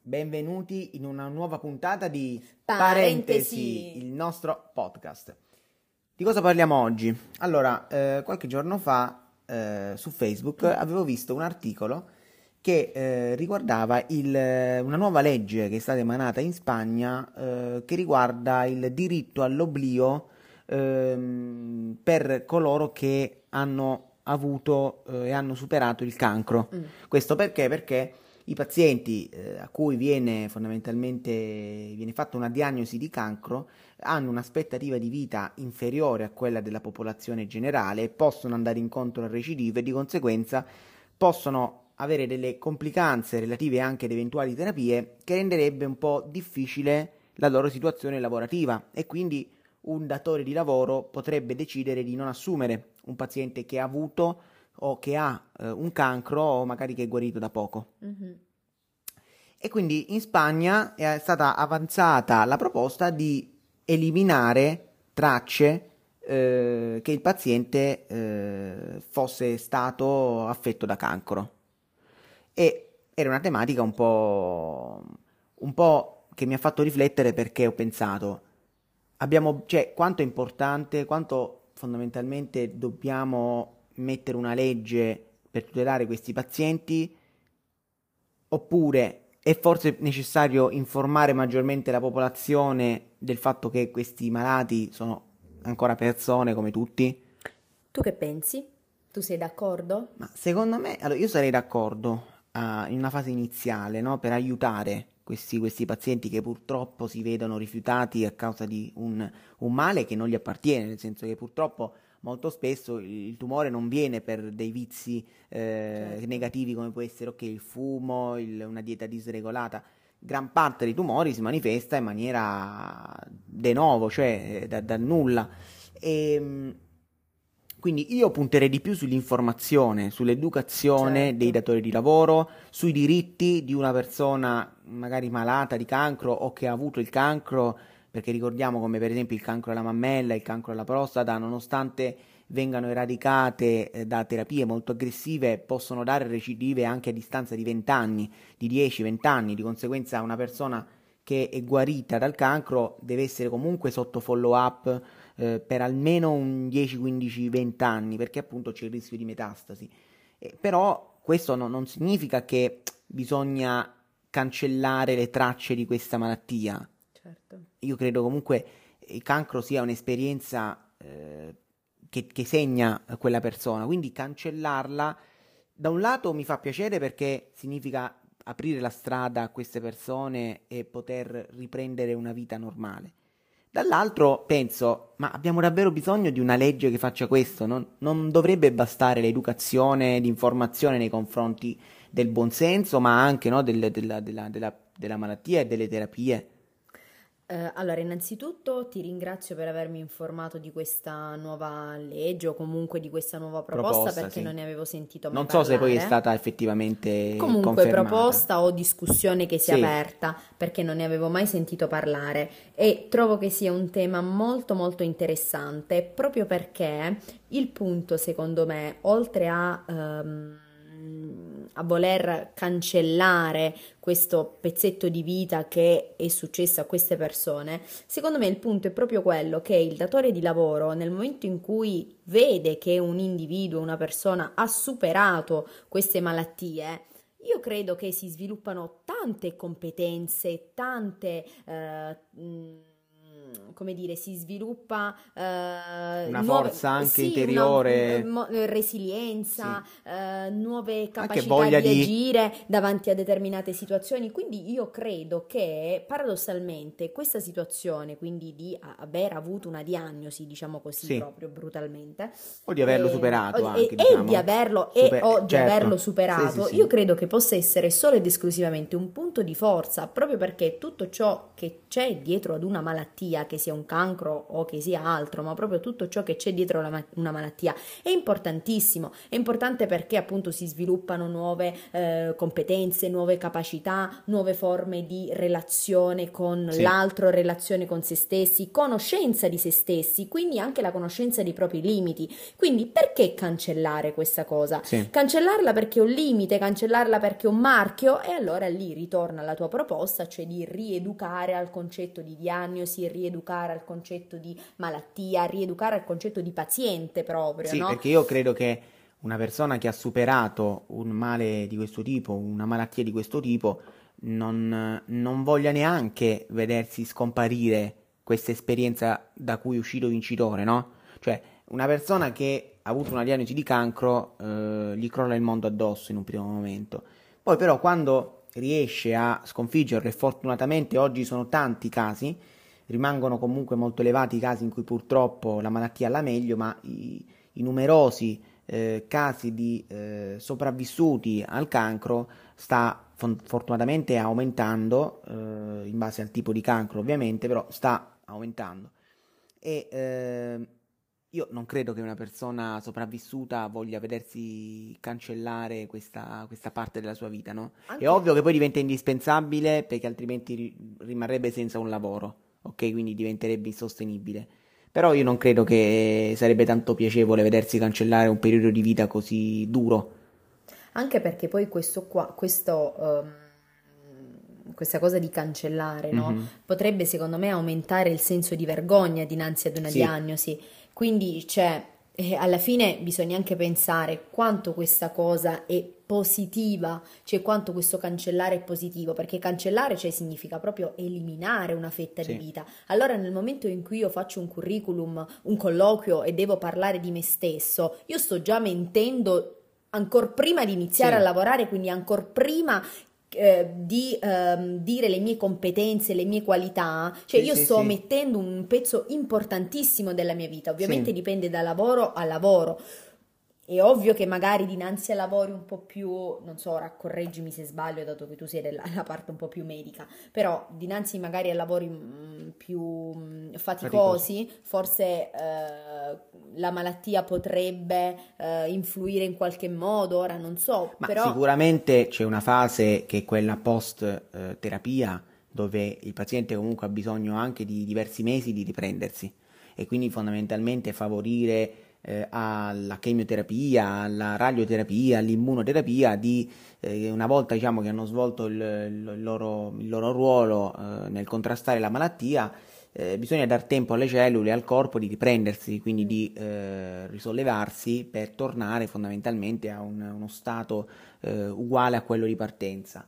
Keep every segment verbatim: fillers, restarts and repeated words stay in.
benvenuti in una nuova puntata di Parentesi, Parentesi, il nostro podcast. Di cosa parliamo oggi? Allora, eh, qualche giorno fa eh, su Facebook avevo visto un articolo che eh, riguardava il, una nuova legge che è stata emanata in Spagna eh, che riguarda il diritto all'oblio ehm, per coloro che hanno avuto eh, e hanno superato il cancro. Mm. Questo perché? Perché i pazienti eh, a cui viene fondamentalmente viene fatta una diagnosi di cancro hanno un'aspettativa di vita inferiore a quella della popolazione generale, possono andare incontro a recidive e di conseguenza possono avere delle complicanze relative anche ad eventuali terapie che renderebbe un po' difficile la loro situazione lavorativa e quindi un datore di lavoro potrebbe decidere di non assumere un paziente che ha avuto o che ha eh, un cancro o magari che è guarito da poco. Mm-hmm. E quindi in Spagna è stata avanzata la proposta di eliminare tracce eh, che il paziente eh, fosse stato affetto da cancro. E era una tematica un po', un po' che mi ha fatto riflettere perché ho pensato, abbiamo, cioè, quanto è importante, quanto fondamentalmente dobbiamo mettere una legge per tutelare questi pazienti, oppure è forse necessario informare maggiormente la popolazione del fatto che questi malati sono ancora persone come tutti? Tu che pensi? Tu sei d'accordo? Ma secondo me, allora io sarei d'accordo ah, in una fase iniziale, no? Per aiutare questi, questi pazienti che purtroppo si vedono rifiutati a causa di un, un male che non gli appartiene, nel senso che purtroppo molto spesso il tumore non viene per dei vizi eh, Certo. negativi come può essere ok, il fumo, il- una dieta disregolata. Gran parte dei tumori si manifesta in maniera de novo, cioè eh, da, da nulla. E, quindi io punterei di più sull'informazione, sull'educazione Certo. dei datori di lavoro, sui diritti di una persona magari malata di cancro o che ha avuto il cancro, perché ricordiamo come per esempio il cancro alla mammella, il cancro alla prostata, nonostante vengano eradicate eh, da terapie molto aggressive, possono dare recidive anche a distanza di venti anni, di dieci venti anni, di conseguenza una persona che è guarita dal cancro deve essere comunque sotto follow up eh, per almeno un dieci quindici venti anni, perché appunto c'è il rischio di metastasi. Eh, però questo no- non significa che bisogna cancellare le tracce di questa malattia. Certo. Io credo comunque il cancro sia un'esperienza eh, che, che segna quella persona, quindi cancellarla da un lato mi fa piacere perché significa aprire la strada a queste persone e poter riprendere una vita normale. Dall'altro penso, ma abbiamo davvero bisogno di una legge che faccia questo? Non, non dovrebbe bastare l'educazione, l'informazione nei confronti del buonsenso, ma anche no, del- della, della- della- della malattia e delle terapie? Eh, allora, innanzitutto ti ringrazio per avermi informato di questa nuova legge o comunque di questa nuova proposta Proposta, perché sì. non ne avevo sentito mai Non so se poi è parlare. stata effettivamente Comunque confermata. proposta o discussione che sia Sì. aperta perché non ne avevo mai sentito parlare e trovo che sia un tema molto molto interessante proprio perché il punto secondo me oltre a, ehm, a voler cancellare questo pezzetto di vita che è successo a queste persone, secondo me il punto è proprio quello che il datore di lavoro nel momento in cui vede che un individuo, una persona ha superato queste malattie, io credo che si sviluppano tante competenze, tante, eh, mh, come dire, si sviluppa eh, Una nuove, forza anche sì, interiore. una mo- resilienza, Sì. eh, nuove Anche capacità voglia di di- agire davanti a determinate situazioni. Quindi io credo che paradossalmente questa situazione, quindi di a- aver avuto una diagnosi, diciamo così, Sì. proprio brutalmente, O di averlo eh, superato o- anche, e, e diciamo. di averlo e Super- o di certo. averlo Sì, superato, sì, sì. io credo che possa essere solo ed esclusivamente un punto di forza, proprio perché tutto ciò che c'è dietro ad una malattia malattia, che sia un cancro o che sia altro, ma proprio tutto ciò che c'è dietro la ma- una malattia è importantissimo. È importante perché appunto si sviluppano nuove eh, competenze, nuove capacità, nuove forme di relazione con Sì, l'altro, relazione con se stessi, conoscenza di se stessi, quindi anche la conoscenza dei propri limiti. Quindi perché cancellare questa cosa? sì. Cancellarla perché è un limite, cancellarla perché è un marchio, e allora lì ritorna alla tua proposta, cioè di rieducare al concetto di diagnosi, rieducare al concetto di malattia, rieducare al concetto di paziente proprio, Sì, no? perché io credo che una persona che ha superato un male di questo tipo, una malattia di questo tipo, non, non voglia neanche vedersi scomparire questa esperienza da cui è uscito vincitore, no? Cioè, una persona che ha avuto una diagnosi di cancro, eh, gli crolla il mondo addosso in un primo momento. Poi però quando riesce a sconfiggerlo, e fortunatamente oggi sono tanti i casi, rimangono comunque molto elevati i casi in cui purtroppo la malattia ha la meglio, ma i, i numerosi eh, casi di eh, sopravvissuti al cancro sta fon- fortunatamente aumentando, eh, in base al tipo di cancro ovviamente, però sta aumentando. E eh, io non credo che una persona sopravvissuta voglia vedersi cancellare questa, questa parte della sua vita, no? È Anche ovvio che poi diventa indispensabile perché altrimenti ri- rimarrebbe senza un lavoro, ok? Quindi diventerebbe insostenibile. Però io non credo che sarebbe tanto piacevole vedersi cancellare un periodo di vita così duro. Anche perché poi questo qua, questo, ehm, questa cosa di cancellare, no? Mhm. Potrebbe secondo me aumentare il senso di vergogna dinanzi ad una Sì, diagnosi. Quindi, cioè, eh, alla fine bisogna anche pensare quanto questa cosa è positiva, cioè quanto questo cancellare è positivo, perché cancellare, cioè, significa proprio eliminare una fetta di sì, vita. Allora, nel momento in cui io faccio un curriculum, un colloquio e devo parlare di me stesso, io sto già mentendo ancora prima di iniziare a sì, lavorare, quindi ancora prima eh, di ehm, dire le mie competenze, le mie qualità, cioè sì, io sì, sto sì, mettendo un pezzo importantissimo della mia vita. sì. Ovviamente dipende da lavoro a lavoro. È ovvio che magari dinanzi a lavori un po' più, non so, ora correggimi se sbaglio, dato che tu sei della la parte un po' più medica, però dinanzi magari a lavori mm, più mm, Faticoso. faticosi, forse eh, la malattia potrebbe eh, influire in qualche modo, ora non so, Ma però sicuramente c'è una fase che è quella post eh, terapia, dove il paziente comunque ha bisogno anche di diversi mesi di riprendersi e quindi fondamentalmente favorire eh, alla chemioterapia, alla radioterapia, all'immunoterapia di eh, una volta diciamo che hanno svolto il, il loro, il loro ruolo eh, nel contrastare la malattia, eh, bisogna dar tempo alle cellule e al corpo di riprendersi, quindi di eh, risollevarsi per tornare fondamentalmente a un- uno stato eh, uguale a quello di partenza.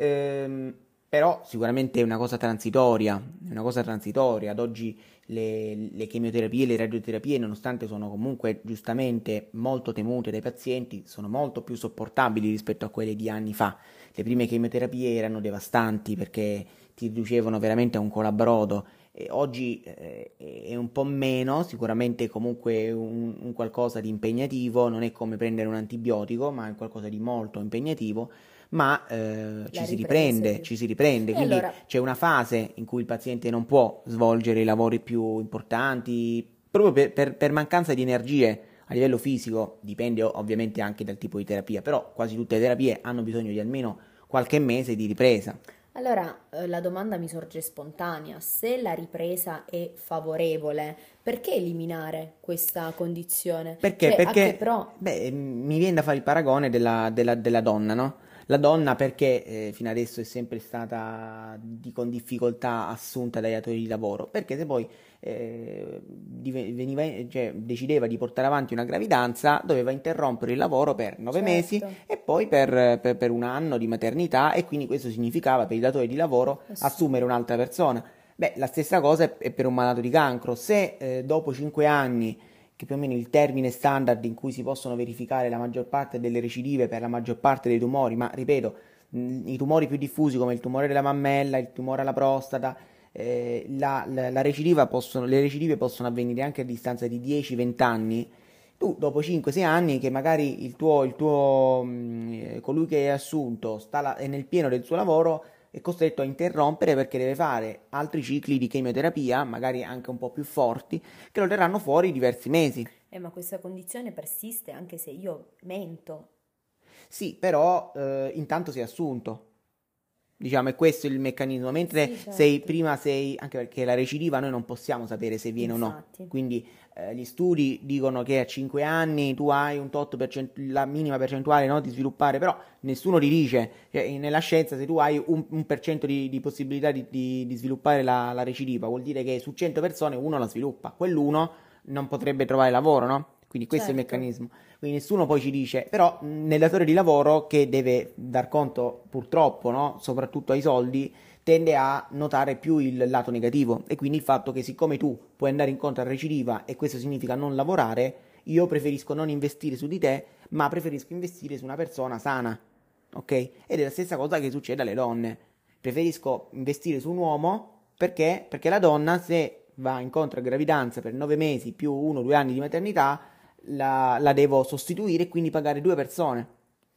Ehm, Però sicuramente è una cosa transitoria, è una cosa transitoria. Ad oggi le, le chemioterapie e le radioterapie, nonostante sono comunque giustamente molto temute dai pazienti, sono molto più sopportabili rispetto a quelle di anni fa. Le prime chemioterapie erano devastanti perché ti riducevano veramente a un colabrodo. E oggi eh, è un po' meno, sicuramente comunque un, un qualcosa di impegnativo, non è come prendere un antibiotico, ma è qualcosa di molto impegnativo, ma eh, la ci si ripresa è riprende, più. ci si riprende, E quindi allora, c'è una fase in cui il paziente non può svolgere i lavori più importanti, proprio per, per- per mancanza di energie a livello fisico, dipende o- ovviamente anche dal tipo di terapia, però quasi tutte le terapie hanno bisogno di almeno qualche mese di ripresa. allora eh, la domanda mi sorge spontanea, se la ripresa è favorevole, perché eliminare questa condizione? Perché? Cioè, a che Perché, pro? beh, mi viene da fare il paragone della, della- della donna, no? La donna perché eh, fino adesso è sempre stata di, con difficoltà assunta dai datori di lavoro? Perché se poi eh, dive- veniva, cioè, decideva di portare avanti una gravidanza, doveva interrompere il lavoro per nove mesi Certo, e poi per, per- per un anno di maternità e quindi questo significava per i datori di lavoro assumere assurdo. un'altra persona. Beh, la stessa cosa è, è per un malato di cancro. Se eh, dopo cinque anni che più o meno il termine standard in cui si possono verificare la maggior parte delle recidive per la maggior parte dei tumori, ma ripeto, mh, i tumori più diffusi come il tumore della mammella, il tumore alla prostata, eh, la, la- la recidiva possono, le recidive possono avvenire anche a distanza di dieci venti anni. Tu dopo cinque sei anni che magari il tuo, il tuo, mh, eh, colui che hai assunto sta la- è nel pieno del suo lavoro, è costretto a interrompere perché deve fare altri cicli di chemioterapia, magari anche un po' più forti, che lo terranno fuori diversi mesi. Eh, ma questa condizione persiste anche se io mento. Sì, però eh, intanto sei assunto. Diciamo, è questo il meccanismo. Mentre Sì, sei certo. prima sei, anche perché la recidiva noi non possiamo sapere se viene o no. Infatti. Quindi eh, gli studi dicono che a cinque anni tu hai un tot per cento, la minima percentuale, no, di sviluppare, però nessuno ti dice, cioè, nella scienza se tu hai un, un per cento di, di possibilità di, di- di sviluppare la, la recidiva, vuol dire che su cento persone uno la sviluppa, quell'uno non potrebbe trovare lavoro, no? Quindi questo è il Certo. meccanismo. Quindi nessuno poi ci dice, però mh, nel datore di lavoro che deve dar conto purtroppo, no, soprattutto ai soldi, tende a notare più il lato negativo e quindi il fatto che siccome tu puoi andare incontro a recidiva e questo significa non lavorare, io preferisco non investire su di te, ma preferisco investire su una persona sana, ok? Ed è la stessa cosa che succede alle donne. Preferisco investire su un uomo perché? Perché la donna se va incontro a gravidanza per nove mesi più uno o due anni di maternità la, la devo sostituire e quindi pagare due persone.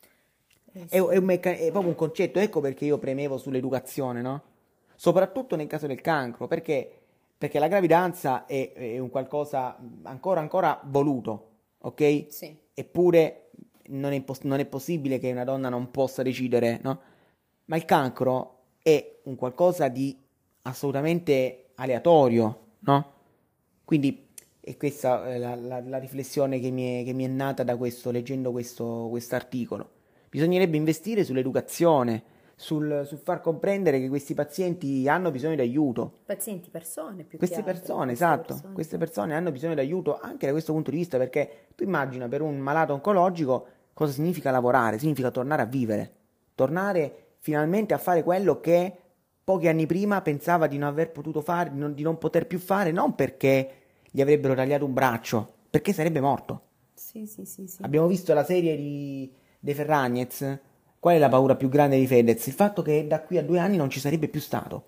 Eh È, è sì. un mecca- è proprio un concetto, ecco perché io premevo sull'educazione, no? Soprattutto nel caso del cancro, perché, perché la gravidanza è, è un qualcosa ancora, ancora voluto, ok? Sì. Eppure non è, pos- non è possibile che una donna non possa decidere, no? Ma il cancro è un qualcosa di assolutamente aleatorio, no? Quindi è questa eh, la, la- la riflessione che mi è, che mi è nata da questo, leggendo questo articolo. Bisognerebbe investire sull'educazione, sul, sul far comprendere che questi pazienti hanno bisogno di aiuto. Pazienti, persone più che Queste altro, persone, queste esatto, persone. queste persone hanno bisogno di aiuto anche da questo punto di vista, perché tu immagina per un malato oncologico cosa significa lavorare, significa tornare a vivere, tornare finalmente a fare quello che pochi anni prima pensava di non aver potuto fare, di non, di non poter più fare, non perché gli avrebbero tagliato un braccio, perché sarebbe morto. Sì, sì, sì, sì. Abbiamo visto la serie di De Ferragnez. Qual è la paura più grande di Fedez? Il fatto che da qui a due anni non ci sarebbe più stato.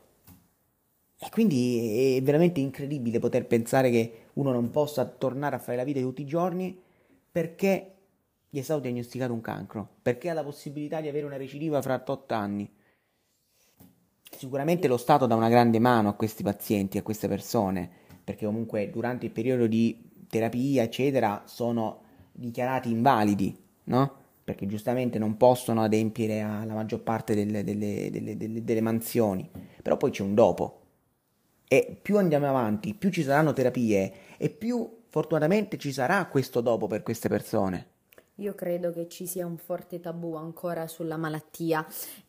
E quindi è veramente incredibile poter pensare che uno non possa tornare a fare la vita di tutti i giorni perché gli è stato diagnosticato un cancro, perché ha la possibilità di avere una recidiva fra otto anni. Sicuramente lo Stato dà una grande mano a questi pazienti, a queste persone, perché comunque durante il periodo di terapia, eccetera, sono dichiarati invalidi, no? Perché giustamente non possono adempiere alla maggior parte delle, delle- delle- delle- delle mansioni. Però poi c'è un dopo. E più andiamo avanti, più ci saranno terapie e più fortunatamente ci sarà questo dopo per queste persone. Io credo che ci sia un forte tabù ancora sulla malattia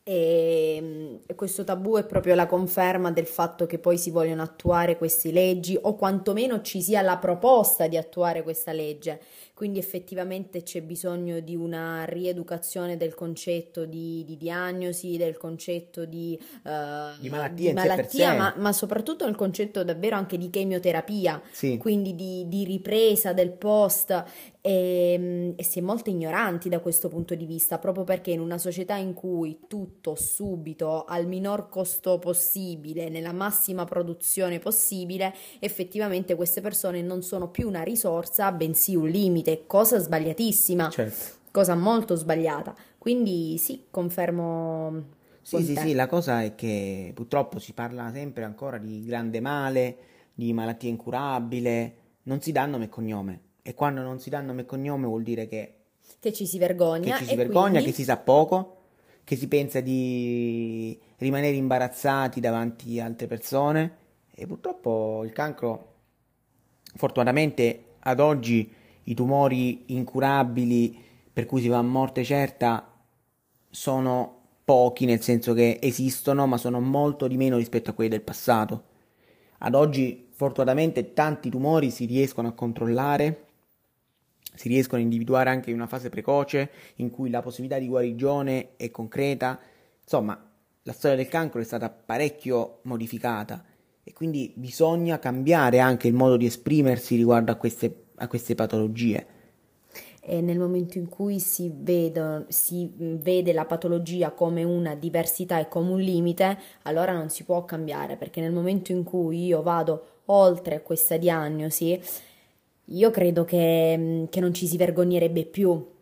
e, e questo tabù è proprio la conferma del fatto che poi si vogliono attuare queste leggi o quantomeno ci sia la proposta di attuare questa legge. Quindi effettivamente c'è bisogno di una rieducazione del concetto di, di diagnosi, del concetto di, Di eh, malattia di in sé per malattia, ma, sé. ma soprattutto nel concetto davvero anche di chemioterapia, Sì. quindi di, di ripresa del post e, e si è molto ignoranti da questo punto di vista, proprio perché in una società in cui tutto subito, al minor costo possibile, nella massima produzione possibile, effettivamente queste persone non sono più una risorsa, bensì un limite, cosa sbagliatissima, Certo. cosa molto sbagliata. Quindi sì, confermo Sì, con sì, sì, te. la cosa è che purtroppo si parla sempre ancora di grande male, di malattia incurabile, non si dà nome e cognome. E quando non si dà nome e cognome vuol dire che, Che ci si che vergogna ci si e vergogna, che quindi si sa poco, che si pensa di rimanere imbarazzati davanti a altre persone. E purtroppo il cancro, fortunatamente ad oggi, i tumori incurabili per cui si va a morte certa sono pochi, nel senso che esistono, ma sono molto di meno rispetto a quelli del passato. Ad oggi, fortunatamente, tanti tumori si riescono a controllare, si riescono a individuare anche in una fase precoce in cui la possibilità di guarigione è concreta. Insomma, la storia del cancro è stata parecchio modificata e quindi bisogna cambiare anche il modo di esprimersi riguardo a queste, a queste patologie. e nel momento in cui si vedo- si vede la patologia come una diversità e come un limite, allora non si può cambiare, perché nel momento in cui io vado oltre questa diagnosi, io credo che, che non ci si vergognerebbe più.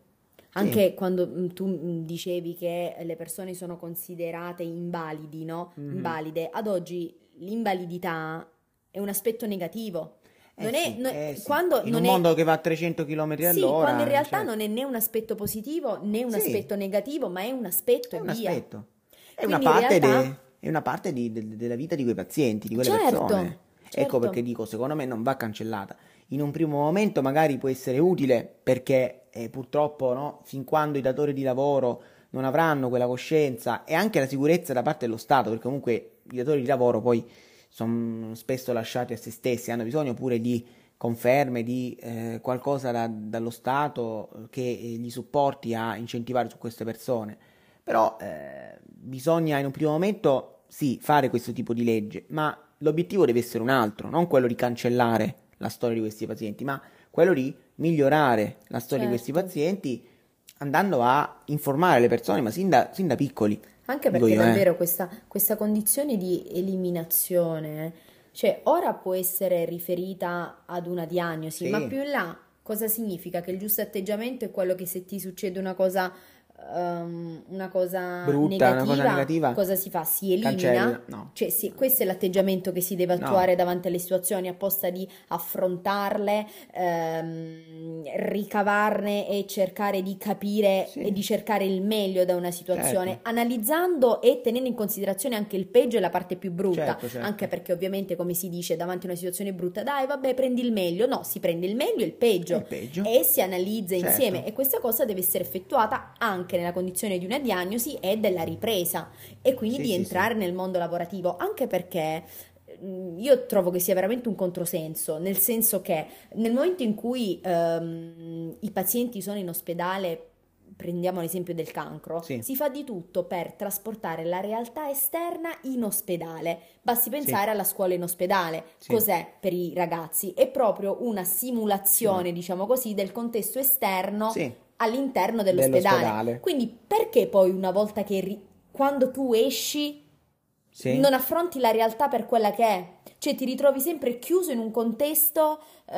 Sì. Anche quando mm, tu mm, dicevi che le persone sono considerate invalidi, no? Mhm. Invalide, ad oggi l'invalidità è un aspetto negativo. Eh Non è, sì, no- eh sì. quando In un non è, mondo che va a trecento chilometri sì, quando in all'ora, realtà non certo. è né un aspetto positivo né un Sì, aspetto negativo, ma è un aspetto è e un via. aspetto. È una Quindi in parte, realtà, de- è una parte di- de- della vita di quei pazienti, di quelle persone. certo, Ecco perché certo, dico, secondo me non va cancellata. In un primo momento magari può essere utile perché eh, purtroppo, no, fin quando i datori di lavoro non avranno quella coscienza e anche la sicurezza da parte dello Stato, perché comunque i datori di lavoro poi sono spesso lasciati a se stessi, hanno bisogno pure di conferme, di eh, qualcosa da- dallo Stato eh, che eh, gli supporti a incentivare su queste persone. Però eh, bisogna in un primo momento sì fare questo tipo di legge, ma l'obiettivo deve essere un altro, non quello di cancellare la storia di questi pazienti, ma quello di migliorare la storia di questi certo. pazienti andando a informare le persone, ma sin da, sin da piccoli, Anche dico perché io, eh. davvero questa, questa condizione di eliminazione, eh, cioè ora può essere riferita ad una diagnosi, ma Sì, più in là cosa significa? Che il giusto atteggiamento è quello che se ti succede una cosa, ehm, una cosa brutta, una cosa negativa, negativa, cosa si fa? Si elimina? cancella, no, Cioè, sì, questo è l'atteggiamento che si deve no, attuare davanti alle situazioni, apposta di affrontarle, ehm, ricavarne e cercare di capire e sì, di cercare il meglio da una situazione, certo, analizzando e tenendo in considerazione anche il peggio e la parte più brutta, certo, anche certo, perché ovviamente, come si dice, davanti a una situazione brutta, dai, vabbè, prendi il meglio. No, si prende il meglio e il è il peggio peggio, e si analizza insieme certo, e questa cosa deve essere effettuata anche nella condizione di una diagnosi e della ripresa e quindi sì, di sì, sì, entrare nel mondo lavorativo, anche perché mm, io trovo che sia veramente un controsenso, nel senso che nel momento in cui ehm, i pazienti sono in ospedale, prendiamo l'esempio del cancro, sì, si fa di tutto per trasportare la realtà esterna in ospedale. Basti sì, pensare alla scuola in ospedale. sì, Cos'è per i ragazzi? È proprio una sì, simulazione, diciamo così, del contesto esterno sì, all'interno dell'ospedale. dell'ospedale, Quindi perché poi una volta che ri- quando tu esci sì. non affronti la realtà per quella che è? Cioè ti ritrovi sempre chiuso in un contesto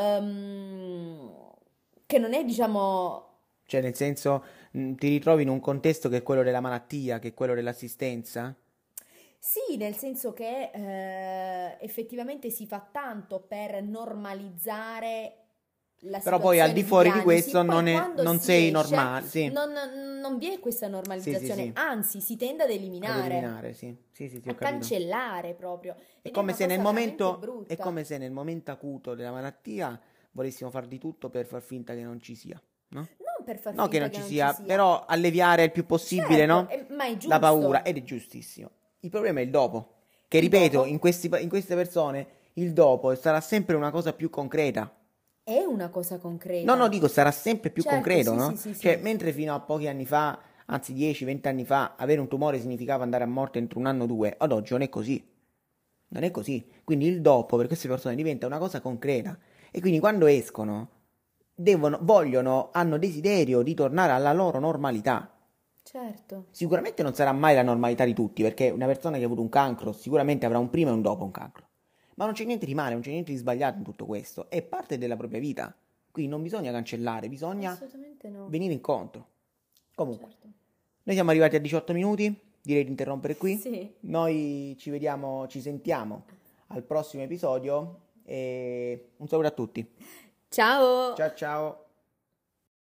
ehm, che non è, diciamo, Cioè, nel senso, mh, ti ritrovi in un contesto che è quello della malattia, che è quello dell'assistenza? sì, nel senso che eh, effettivamente si fa tanto per normalizzare la Però poi al di situazione di fuori di diagnosi, questo poi non, è- quando non si sei esce normale, sì, non, non vi è questa sì, sì, normalizzazione, sì, anzi si tende ad ad eliminare, eliminare, sì, sì, sì, sì, ho a capito. cancellare proprio, È ed è come una se nel cosa veramente momento, è brutta. come se nel momento acuto della malattia volessimo far di tutto per far finta che non ci sia, no? Non per far No che finta non che ci non ci sia, sia, però alleviare il più possibile, certo, no? è- ma è La paura, ed giusto. è giustissimo. Il problema è il dopo, che Il ripeto, in dopo questi, in queste persone il dopo sarà sempre una cosa più concreta. è una cosa No, no, concreta. dico, sarà sempre più Certo, concreto, sì, sì, no? sì, Cioè, sì. mentre fino a pochi anni fa, anzi dieci venti anni fa, avere un tumore significava andare a morte entro un anno o due, ad oggi non è così. Non è così. Quindi il dopo per queste persone diventa una cosa concreta. E quindi quando escono, devono, vogliono, hanno desiderio di tornare alla loro normalità. Certo. Sicuramente non sarà mai la normalità di tutti, perché una persona che ha avuto un cancro sicuramente avrà un prima e un dopo un cancro. Ma non c'è niente di male, non c'è niente di sbagliato in tutto questo. È parte della propria vita. Quindi non bisogna cancellare, bisogna Assolutamente no. venire incontro. Comunque, Certo. noi siamo arrivati a diciotto minuti, direi di interrompere qui. Sì. Noi ci vediamo, ci sentiamo al prossimo episodio e un saluto a tutti. Ciao! Ciao ciao.